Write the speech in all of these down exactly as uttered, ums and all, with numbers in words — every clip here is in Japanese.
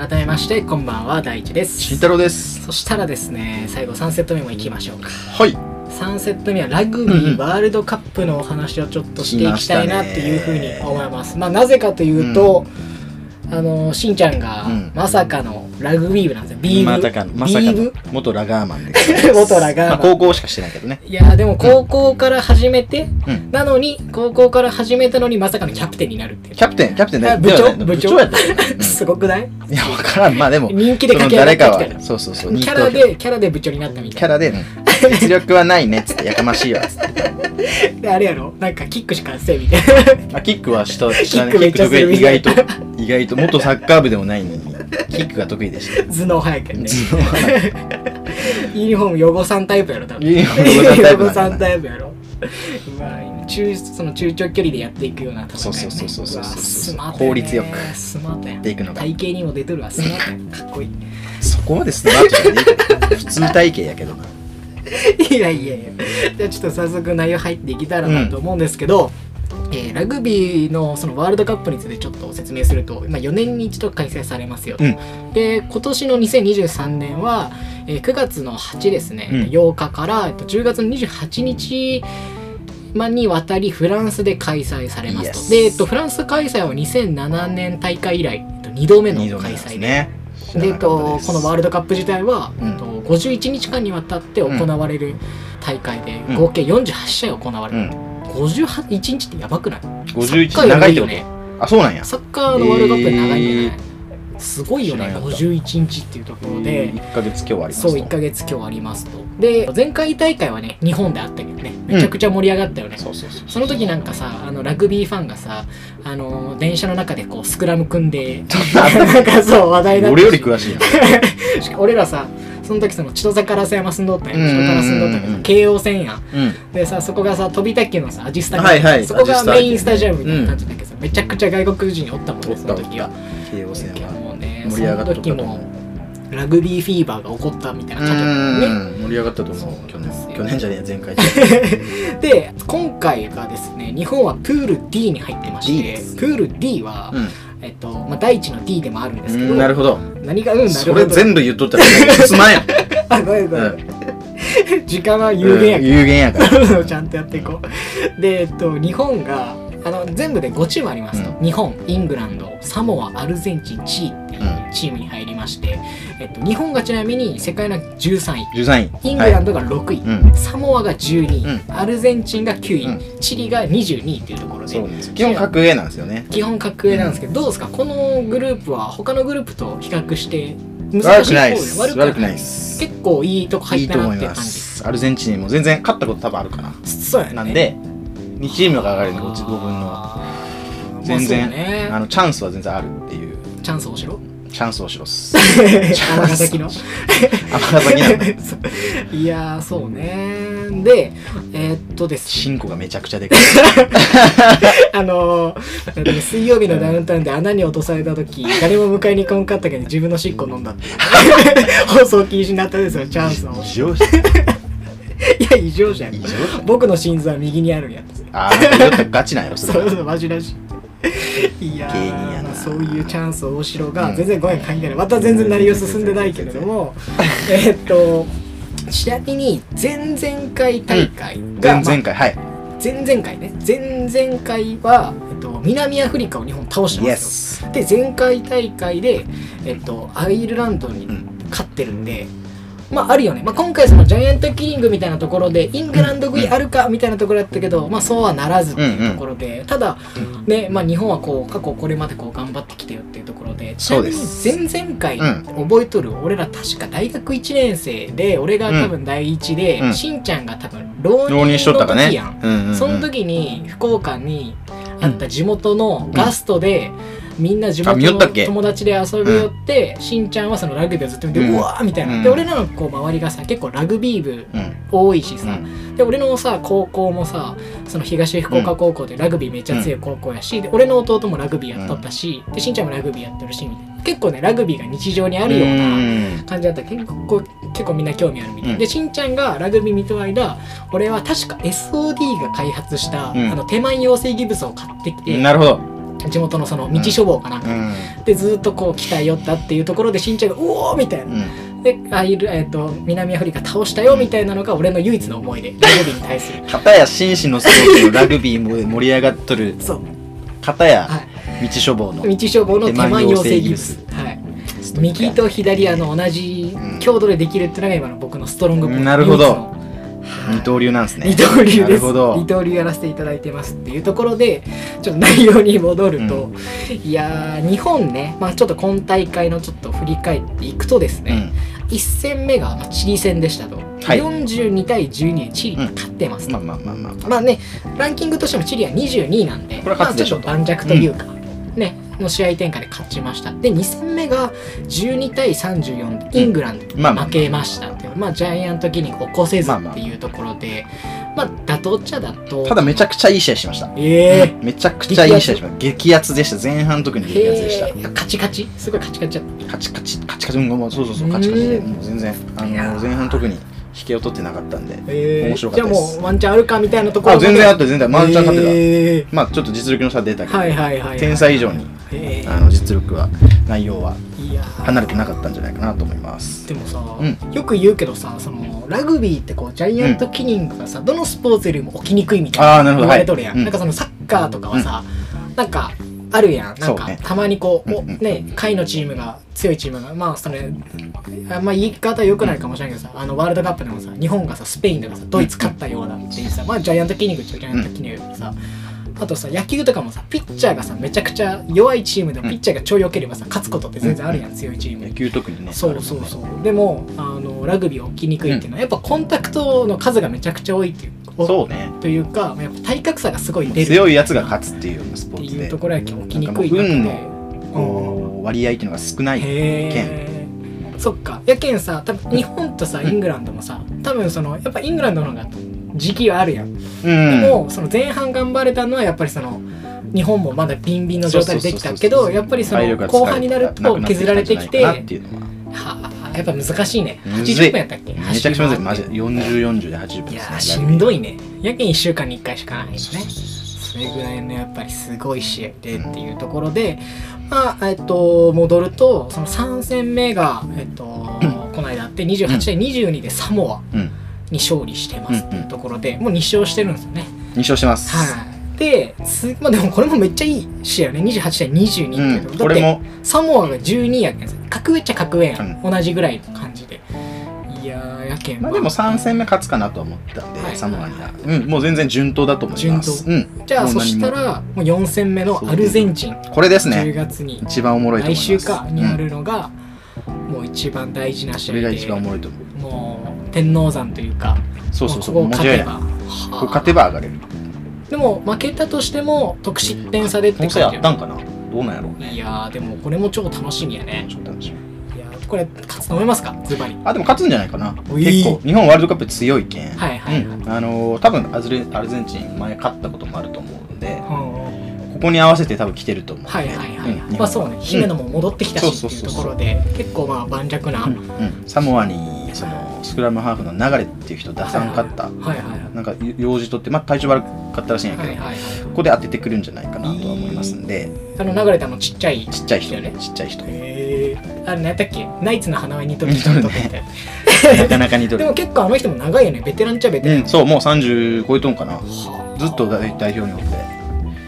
改めましてこんばんは、大地です。 慎太郎です。 そしたらですね、最後さんセット目もいきましょうか。 はい。 さんセット目はラグビーワールドカップのお話をちょっとしていきたいなっていうふうに思います。まあなぜかというと、うん、あのしんちゃんがまさかのラグビー部なんですよ。ビー部。 まさかのまさかの元ラガーマンで元ラガーマン、 まあ、高校しかしてないけどね。 いやでも高校から始めて、うん、なのに高校から始めたのにまさかのキャプテンになるっていう。 キャプテンキャプテンだよ。 部長部長やった、 うん、すごくない？ いや分からん。まあでも人気で駆け上がってきた。 そうそうそう。 キャラでキャラで部長になったみたいな。 キャラで、うん、実力はないねっつってやかましいわっつって。 であれやろ、なんかキックしかせえみたいな。 あキックは下下ね。キック得意。意外と意外と元サッカー部でもないのにキックが得意でした。 頭脳早いけどね。 頭脳早い。 ユニフォーム汚さんタイプやろ多分。 ユニフォーム汚さんタイプやろ。うわ中その中長距離でやっていくような戦い、ね、 そうそうそうそうそうそうスマート、 ね、効率よくスマートやでいくのが体型にも出とるわ。スマートやかっこいい。 そこまでスマートじゃねえけど普通体型やけどな。 いやいやいや。じゃあちょっと早速内容入っていけたらなと思うんですけど、うん、えー、ラグビーのそのワールドカップについてちょっと説明すると、まあ、よねんに一度開催されますよと、うん、で今年のにせんにじゅうさんねんは、えー、くがつのはちですね、うん、ようかから、えっと、じゅうがつのにじゅうはちにちにわたりフランスで開催されますと。 Yes. で、えっと、フランス開催はにせんななねん大会以来、えっと、にどめの開催で、ね、で、えっと、このワールドカップ自体は、うん、えっと、ごじゅういちにちかんにわたって行われる大会で、うん、合計よんじゅうはちしあい行われる、うん、ごじゅういちにちってやばくない？ ごじゅういち長いってことね。あ、そうなんや。 サッカーのワールドカップで長いんじゃない？えーすごいよね。ごじゅういちにちっていうところで、 えー、いっかげつ今日ありますと。 そういっかげつ今日ありますと。で前回大会はね日本であったけどね、めちゃくちゃ盛り上がったよね、うん、そうそうそうそう。その時なんかさ、あのラグビーファンがさ、あの電車の中でこうスクラム組んでなんかそう話題になって、 俺より詳しいやん俺らさその時その千歳烏山住んどったんや、人から住んどったけど京王線やん、うん、でさそこがさ飛びたっけのさアジスタが、はいはい、そこがメインスタジアムみたいな感じだけどさ、うん、めちゃくちゃ外国人おったもんねその時は。京王線はもうね、盛り上がったと思う。ラグビーフィーバーが起こったみたいな感じだったね。 盛り上がったと思う。去年去年じゃねえ前回で今回がですね、日本はプール ディー に入ってまして、プール ディー は、うん、えっとまあ第一の ディー でもあるんですけど、 なるほど。 何がうんなるほど。 それ全部言っとったらつまんやん。 あ、ごめんごめん。時間は有限やから。 有限やから。 ちゃんとやっていこう。で、えっと日本があの全部でごチームありますと、うん、日本、イングランド、サモア、アルゼンチン、チリっていうチームに入りまして、うん、えっと、日本がちなみに世界ランクじゅうさんい、 じゅうさんい、 イングランドがろくい、はい、サモアがじゅうにい、うん、アルゼンチンがきゅうい、うん、チリがにじゅうにいっていうところで、 そうです基本格上なんですよね。 基本格上なんですけど、うん、どうですかこのグループは他のグループと比較して難しい方で悪くないです。 結構いいとこ入ったなって感じ。 アルゼンチンも全然勝ったこと多分あるかな。 そうやね。 なんでにチームが上がるんでごぶんの全然、ね、あのチャンスは全然あるっていう。 チャンス大城？ チャンス大城っす。 尼崎の？ 尼崎なんだ。 いやーそうね。でえー、っとですチンコがめちゃくちゃでかい。 あのー、水曜日のダウンタウンで穴に落とされた時誰も迎えに来んかったけど自分のシッコ飲んだって放送禁止になったですよ。チャンスの。 異常いや異常じゃん。僕の心臓は右にあるやつ。 ああガチなんよそれ。 そうそうマジらしい。いやーそういうチャンス大城が全然ごめん関係ない。また全然内容進んでないけれども、えっとちなみに前々回大会が、 うん、前々回、はい前々回ね前々回は、えっと、南アフリカを日本倒してますよ。で前回大会で、えっと、アイルランドに勝ってるんで、まああるよね。まあ、今回そのジャイアントキリングみたいなところでイングランド食いあるかみたいなところだったけど、まあそうはならずっていうところで、ただね、まあ日本はこう過去これまでこう頑張ってきてよっていうところで、ちなみに前々回覚えとる、俺ら確か大学いちねんせいで、俺が多分第一で、しんちゃんが多分浪人の時やん。その時に福岡にあった地元のガストで、みんな地元の友達で遊び寄って、しんちゃんはそのラグビーをずっと見て、うわーみたいな。で、俺らのこう周りがさ、結構ラグビー部多いしさ、で、俺のさ、高校もさ、その東福岡高校でラグビーめっちゃ強い高校やし、で、俺の弟もラグビーやっとったし、で、しんちゃんもラグビーやってるし、みたいな。結構ね、ラグビーが日常にあるような感じだったら、結構、結構みんな興味あるみたいな。で、しんちゃんがラグビー見とる間、俺は確か エスオーディー が開発した、あの手前養成ギブスを買ってきて、 なるほど。 地元のその道書房かなんか、 うんでずっとこう来たよったっていうところでしんちゃんが「うおー!」みたいな、 うんでああいう、えー、と南アフリカ倒したよみたいなのが俺の唯一の思い出、ラグビーに対する片や紳士のスポーツのラグビーも盛り上がっとるそう片やはい道書房の道消防の手満養成ギブス、 手満はい、右と左あの同じ強度でできるっていうのが今の僕のストロングポイント、 なるほど唯一の二刀流なんですね。 二刀流なです。 るほど。 二刀流やらせていただいてますっていうところでちょっと内容に戻ると、うん、いやー日本ね、まあ、ちょっと今大会のちょっと振り返っていくとですね、うん、いち戦目がチリ戦でしたと、はい、よんじゅうにたいじゅうにでチリが勝ってますと、うん、まあまあまあまあまあね、ランキングとしてもチリはにじゅうにいなんで、 これは勝つでしょうと、 まあ、ちょっと盤石というか、うん、ねの試合展開で勝ちました。でに戦目がじゅうにたいさんじゅうよんでイングランドに負けましたっていう、まあジャイアントキリング起こせずっていうところで、まあ妥当っちゃ妥当。 ただめちゃくちゃいい試合しました。 ええめちゃくちゃいい試合しました。激アツでした。前半特に激アツでした。 いやカチカチすごいカチカチだった。 カチカチカチカチもうそうそうそうカチカチでもう全然あの前半特に引けを取ってなかったんで、えー、面白かったです。 じゃあもうワンチャンあるかみたいなところあ全然あった全然ワンチャン勝ってた、えー、まあちょっと実力の差出たけど、はいはいはいはい、天才以上に、えー、あの実力は内容は離れてなかったんじゃないかなと思います。 でもさ、うん、よく言うけどさそのラグビーってこうジャイアントキリングがさ、うん、どのスポーツよりも起きにくいみたいな言われとるやん、はい、なんかそのサッカーとかはさ、うん、なんかあるやん、なんか、ね、たまにこう、うんうん、ね、下位のチームが強いチームがまあそれあんま言い方良くないかもしれないけどさ、あのワールドカップでもさ日本がさスペインとかさドイツ勝ったようなっていうさ、まあジャイアントキリングっちゃジャイアントキリングでさ、あとさ野球とかもさピッチャーがさめちゃくちゃ弱いチームでもピッチャーが超良ければさ勝つことって全然あるやん、強いチーム。 野球特にね。 そうそうそう。でもあのラグビー起きにくいっていうのはやっぱコンタクトの数がめちゃくちゃ多いっていう。 そうね。 というかやっぱ体格差がすごい出る。 強いやつが勝つっていうスポーツで。 っていうところは起きにくい運のこう割合っていうのが少ない県。 そっか。やけんさ多分日本とさイングランドもさ多分そのやっぱイングランドの方が時期はあるやん。うん、でもその前半頑張れたのはやっぱりその日本もまだビンビンの状態でできたけどやっぱりその後半になると削られてきて、はあやっぱ難しいね。はちじゅっぷんやったっけ？ めちゃくちゃ難しい。マジでよんじゅう、よんじゅうではちじゅっぷんですね。いやしんどいね。やけんいっしゅうかんにいっかいしかないですね。それぐらいのやっぱりすごい試合でっていうところで、まあえっと戻るとそのさん戦目がえっとこの間あってにじゅうはちたいにじゅうにでサモアに勝利してますっていうところでもうに勝してるんですよね。 に勝してます。 はい。で、まあ、でもこれもめっちゃいい試合ね。にじゅうはちたいにじゅうにっていう、うん、だってサモアがじゅうにやけん格上っちゃ格上やん、うん、同じぐらいの感じで。いやーやけん、 まあ、でもさん戦目勝つかなと思ったんで、はい、サモアには、うん、もう全然順当だと思います。 順当、うん、じゃあそしたらもうよん戦目のアルゼンチン、 これですね、 じゅうがつに一番おもろいと思います。 来週かにあるのが、うん、もう一番大事な試合で、 これが一番おもろいと思う。 もう天王山というか、 そうそうそう、 ここ勝てば、 ここ勝てば上がれる。 でも負けたとしても得失点差でって感じやったんかな。どうなんやろうね。 いやーでもこれも超楽しみやね。 超楽しみ。 いやーこれ勝つと思いますか、ズバリ。 あでも勝つんじゃないかな。結構日本ワールドカップ強いけん。 はいはいはい。 うん、あのー、多分アズレアルゼンチン前勝ったこともあると思うんで、うん、ここに合わせて多分来てると思う。 はいはいはい。うん、まあそうね。姫野も戻ってきたしっていうところで結構まあ盤石な、うんうん。サモアにそのスクラムハーフの流れっていう人出さんかった。はいはいはい。なんか用事とってまあ体調悪かったらしいんやけど、はいはいはい、ここで当ててくるんじゃないかなとは思いますんで。 あの流れたのちっちゃいちっちゃい人ね。ちっちゃい人。 へえ。あれ何やったっけ？ナイツの花輪にとる人とって。 なかなか似とる。 でも結構あの人も長いよね。ベテランっちゃベテラン。 うん、そうもうさんじゅう超えとんかな。ずっと代表におって。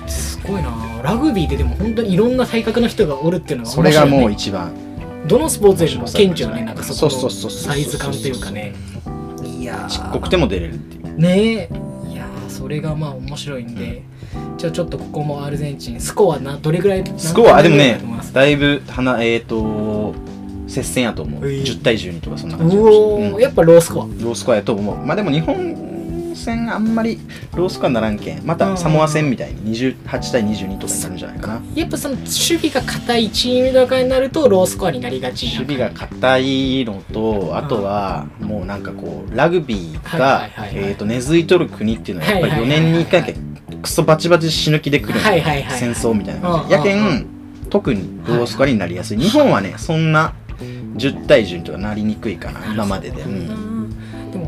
すごいな。ラグビーででも本当にいろんな体格の人がおるっていうのが面白いね。それがもう一番。 どのスポーツよりも顕著よね。なんかそこのサイズ感というかね。いやちっこくても出れるっていう。 ねえ。いやそれがまあ面白いんで。うん、じゃあちょっとここもアルゼンチンスコアなどれぐらい？ スコアでもねだいぶはなえっ、ー、と接戦やと思う。じゅうたいじゅうにとかそんな感じ。 うお、うん、やっぱロースコア。 ロースコアやと思う。まあでも日本戦あんまりロースコアにならんけん。またサモア戦みたいににじゅうはちたいにじゅうにとかになるんじゃないかな。 やっぱその守備が硬いチームとかになるとロースコアになりがち。 守備が硬いのとあとはもうなんかこうラグビーがえっと根付いとる国っていうのはやっぱりよねんにいっかいクソバチバチ死ぬ気で来る戦争みたいな感じやけん特にロースコアになりやすい。日本はねそんなじゅうたいじゅうにとかなりにくいかな今までで。うん、でも勝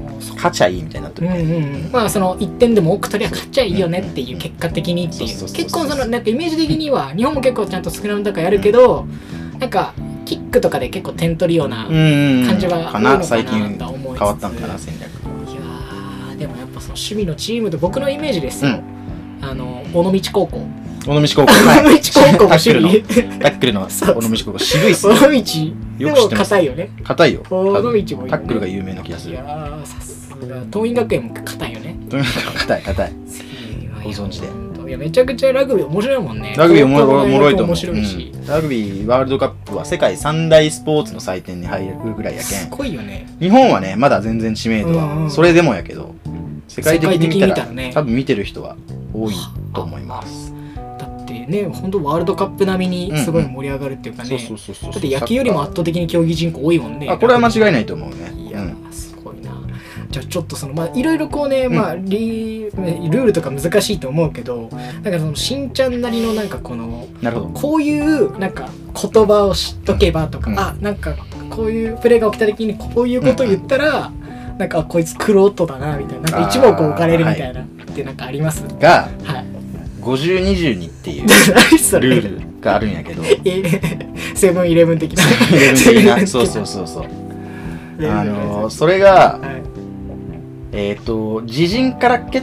勝ちゃいいみたいになってるね。 うんうんうん、まあそのいってんでも多く取りゃ勝っちゃいいよねっていう結果的にっていう、結構そのなんかイメージ的には日本も結構ちゃんとスクラムとかやるけど、うん、なんかキックとかで結構点取るような感じは多いのかな最近変わったのかな戦略。 いやーでもやっぱその守備のチームと僕のイメージですよ、うん、あの尾道高校尾道高校尾道高校も守備タックルの尾道高校渋いっすね。尾道でも硬いよね。 硬いよ。 尾道もいい、ね、 タックルが有名な気がする。 いやーさすが桐蔭学園も硬いよね。 桐蔭学園硬い硬い。ご存知で。 いやめちゃくちゃラグビー面白いもんね。 ラグビーおもろいと思う。 面白いし、 うん、ラグビーワールドカップは世界三大スポーツの祭典に入るぐらいやけん。 すごいよね。 日本はねまだ全然知名度はそれでもやけど、世界的に見たら、ね、多分見てる人は多いと思います。 だってね本当ワールドカップ並みにすごい盛り上がるっていうかね。だって野球よりも圧倒的に競技人口多いもんね。 あこれは間違いないと思うね。 いや、うん、すごいな。じゃあちょっとそのまあいろいろこうね、まあリルールとか難しいと思うけど、なんかそのしんちゃんなりのなんかこのなるほどこういうなんか言葉を知っとけばとか、うん、あなんかこういうプレーが起きた時にこういうことを言ったら、うん、なんかこいつクロートだなみたいな、なんか一目置かれるみたいな、はい、ってなんかありますが、 はい、 ごじゅうにじゅうにっていうルールがあるんやけどセブンイレブン的なセブンイレブン的なそうそうそうそうあのそれが、はいえー、と自陣から蹴って、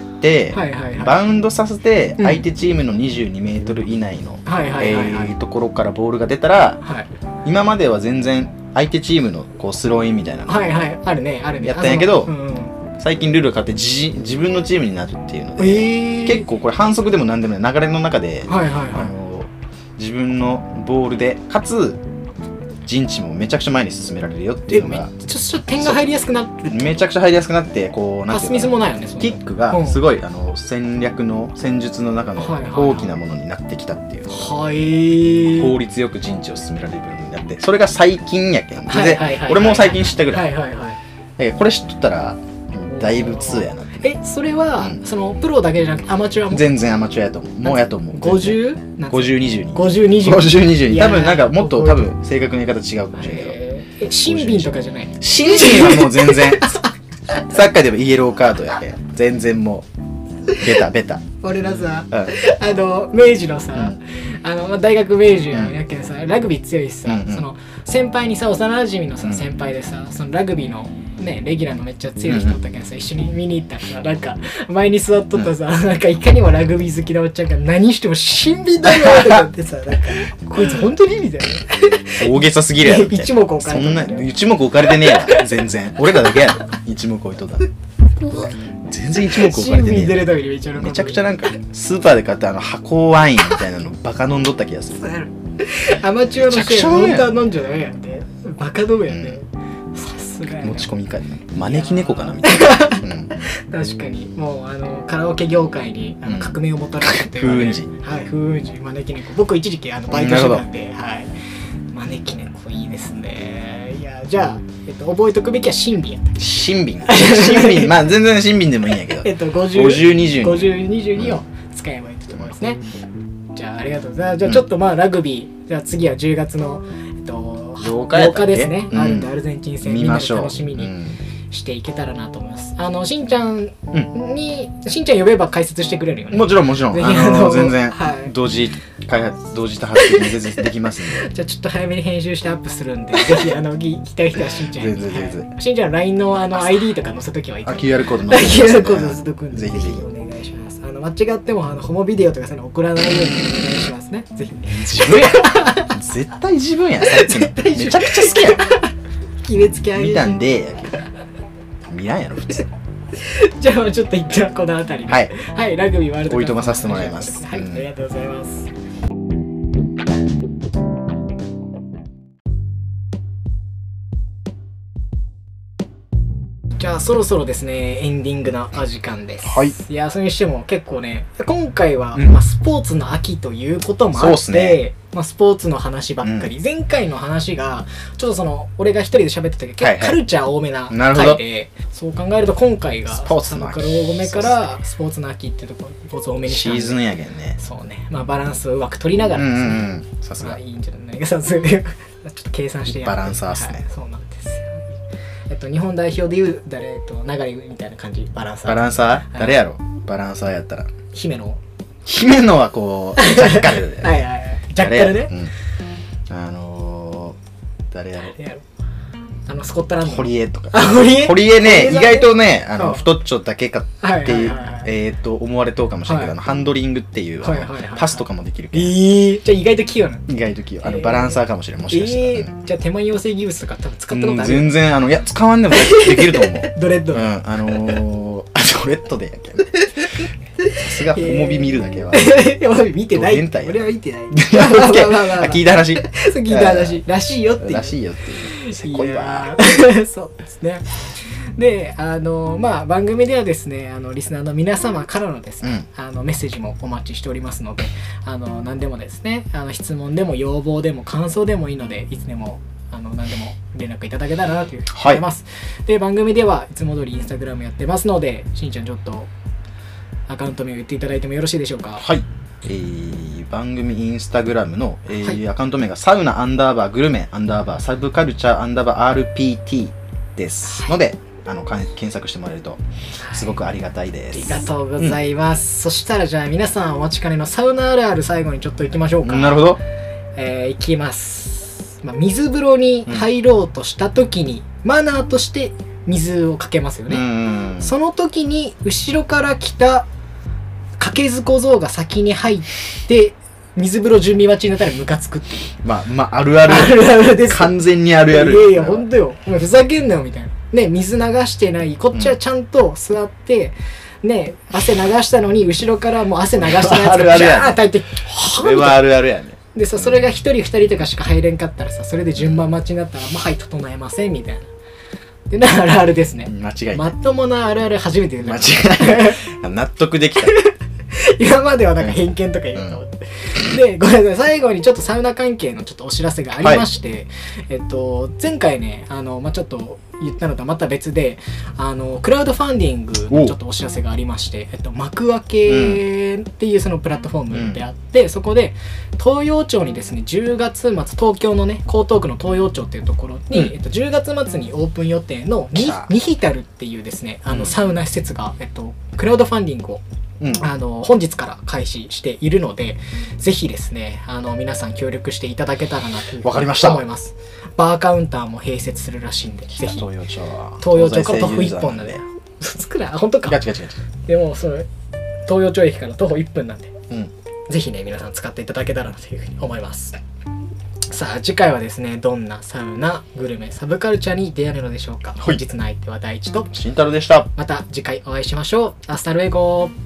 はいはいはい、バウンドさせて相手チームのにじゅうにメートル以内のところからボールが出たら、はい、今までは全然相手チームのこうスローインみたいなのをやったんやけど、最近ルールが変わって自, 自分のチームになるっていうので、えー、結構これ反則でも何でもない流れの中で、はいはいはい、あの自分のボールでかつ陣地もめちゃくちゃ前に進められるよっていうのがちょっと点が入りやすくなるめちゃくちゃ入りやすくなってこうなんていうパスミスもないよねキックがすごい、うん、あの戦略の戦術の中の大きなものになってきたっていう、 はい、 効率よく陣地を進められるようになってそれが最近やけん、はいはいはいはい、俺も最近知ったぐらい、はいはいはい、えこれ知っとったらだいぶ通やなって。 えそれは、うん、そのプロだけじゃなくてアマチュアも全然アマチュアやと思うもうやと思うごじゅう? ごじゅうにじゅうにごじゅうにじゅうごじゅうにじゅうに多分なんかもっと多分正確な言い方違うかもしれないけどえシンビンとかじゃないシンビンはもう全然サッカーでもイエローカードやけ全然もうベタベタ俺らさ、うん、あの明治のさ、うん、あの大学明治やけどさ、うん、ラグビー強いしさ、うんうん、その先輩にさ幼馴染のさ、うん、先輩でさそのラグビーのね、レギュラーのめっちゃ強い人だったけどさ、うん、一緒に見に行ったらさなんか前に座っとったさ、うん、なんかいかにもラグビー好きなおっちゃんが何しても新品だよとかってさなんかこいつ本当にみたいな大げさすぎるやろ一目置かれてそんな一目置かれてねえや全然俺らだけやろ一目置いとった全然一目置かれてねえやめちゃくちゃなんかスーパーで買ったあの箱ワインみたいなのバカ飲んどった気がするアマチュアの試合本当は飲んじゃダメやってバカ飲むやね、うん持ち込み会招き猫かなみたいな、うん、 確かにもうあのカラオケ業界にあの革命をもたらしたという、 風雲児はい風雲児招き猫僕一時期あのバイトしてたんで、はい、招き猫いいですねいやじゃあ、えっと、覚えとくべきは新品やった新品新品まあ全然新品でもいいんやけどえっとごじゅうにじゅうにを使えばいいってところですね、うん、じゃあありがとうございますじゃあちょっとまあラグビーじゃあ次はじゅうがつのえっとようかですね、うん、あるんでアルゼンチン戦みんなで楽しみにしていけたらなと思います、うん、あのしんちゃんに、うん、しんちゃん呼べば解説してくれるよねもちろんもちろんあの全然、はい、同時開発同時多発的に全然できますんでじゃあちょっと早めに編集してアップするんでぜひあの聞きたい人はしんちゃんに、はい、しんちゃんの ライン の, あの アイディー とか載せときはいいかキューアール コード載せときます、ね、キューアール コード載せとくんでぜひぜひお願いしますあの間違ってもあのホモビデオとかそういうの送らないようにお願いしますねぜひ自分や絶対自分やさっきのめちゃくちゃ好きや決めつけあげる見たんでやけど見らんやろ普通じゃあちょっと一旦この辺りではい、 はい、ラグビーワールドカップおいとまさせてもらいますはい、うん、ありがとうございますじゃあそろそろですねエンディングのお時間です、 はい、 いやそれにしても結構ね今回は、うんまあ、スポーツの秋ということもあって、ねまあ、スポーツの話ばっかり、うん、前回の話がちょっとその俺が一人で喋ってたけど、はいはい、結構カルチャー多めな回でそう考えると今回がスポーツの秋多めからスポーツの秋っていうところスポーツ多めにしたんでシーズンやけんねそうねまあバランスをうまく取りながらですねさすがいいんじゃないかさすがちょっと計算してやバランサーっすね、 はい、そうなんですよえっと、日本代表でいう誰、えっと、流れみたいな感じ、バランサー。 バランサー、はい、誰やろバランサーやったら。 姫野。 姫野はこう、ジャッカルで。 はいはいはい。ジャッカルね。 うん、あのー、誰やろ誰やろあのスコットランド堀江とか。 あ、堀江堀江ね、意外とね、あの太っちょだけかっていう、えっと、思われとうかもしれないけど、ハンドリングっていう、パスとかもできるけど。 えー、じゃあ意外と器用なの？ 意外と器用。あの、バランサーかもしれん、もしかしたら。 じゃあ手前養成技術とか多分使ったことある？ 全然、あの、いや、使わんでもできると思う。 ドレッド。 うん、あのー、ドレッドでやけん。さすが、ホモビ見るだけは。 ホモビ見てない。俺は見てない。 聞いた話。 聞いた話。らしいよっていう。 らしいよっていう。せこいわ。 そうですね。で、あのまあ番組ではですね、あのリスナーの皆様からのですね、うん、あのメッセージもお待ちしておりますので、あの何でもですね、あの質問でも要望でも感想でもいいので、いつでもあの何でも連絡いただけたらなというふうに思います。はい、で、番組ではいつも通りインスタグラムやってますので、しんちゃんちょっとアカウント名を言っていただいてもよろしいでしょうか。 はい。えー、番組インスタグラムの、えーはい、アカウント名がサウナアンダーバーグルメアンダーバーサブカルチャーアンダーバー アールピーティー ですので、あの検索してもらえるとすごくありがたいです。 はい、ありがとうございます。うん、そしたらじゃあ皆さんお待ちかねのサウナあるある最後にちょっと行きましょうか。 なるほど。 えー、行きます。まあ、水風呂に入ろうとした時に、うん、マナーとして水をかけますよね。うんその時に後ろから来た掛けず小僧が先に入って水風呂準備待ちになったらムカつくっていう。 まあまああるある。 あるあるです。 完全にあるある。 いやいやほんとよ。お前ふざけんなよみたいな。ね、水流してない。こっちはちゃんと座って、うん、ね、汗流したのに後ろからもう汗流してないやつがジャーッと入って、 それはあるあるやね。 でさ、それが一人二人とかしか入れんかったらさ、それで順番待ちになったら、まあはい整えませんみたいな。でなあるあるですね。 間違いない。 まともなあるある初めて言う。 間違いない。納得できた。 今まではなんか偏見とか言うと思って、うん、でごめんなさい、最後にちょっとサウナ関係のちょっとお知らせがありまして、はい、えっと前回ねあの、まあ、ちょっと言ったのとはまた別であのクラウドファンディングのちょっとお知らせがありまして、えっと、幕開けっていうそのプラットフォームであって、うん、そこで東洋町にですねじゅうがつまつ東京のね江東区の東洋町っていうところに、うんえっと、じゅうがつまつにオープン予定のニヒタルっていうですねあのサウナ施設が、えっと、クラウドファンディングをうん、あの本日から開始しているので、ぜひですねあの皆さん協力していただけたらなというふうに思います。バーカウンターも併設するらしいんで、ぜひ東洋町は東洋町から徒歩いっぽんなんで、つくら本当か。 ガチガチガチ。 でもそれ東洋町駅から徒歩いっぷんなんで、うん、ぜひね皆さん使っていただけたらなというふうに思います。さあ次回はですねどんなサウナグルメサブカルチャーに出会えるのでしょうか。本日の相手は大地と慎太郎でした。 また次回お会いしましょう。アスタルエゴ。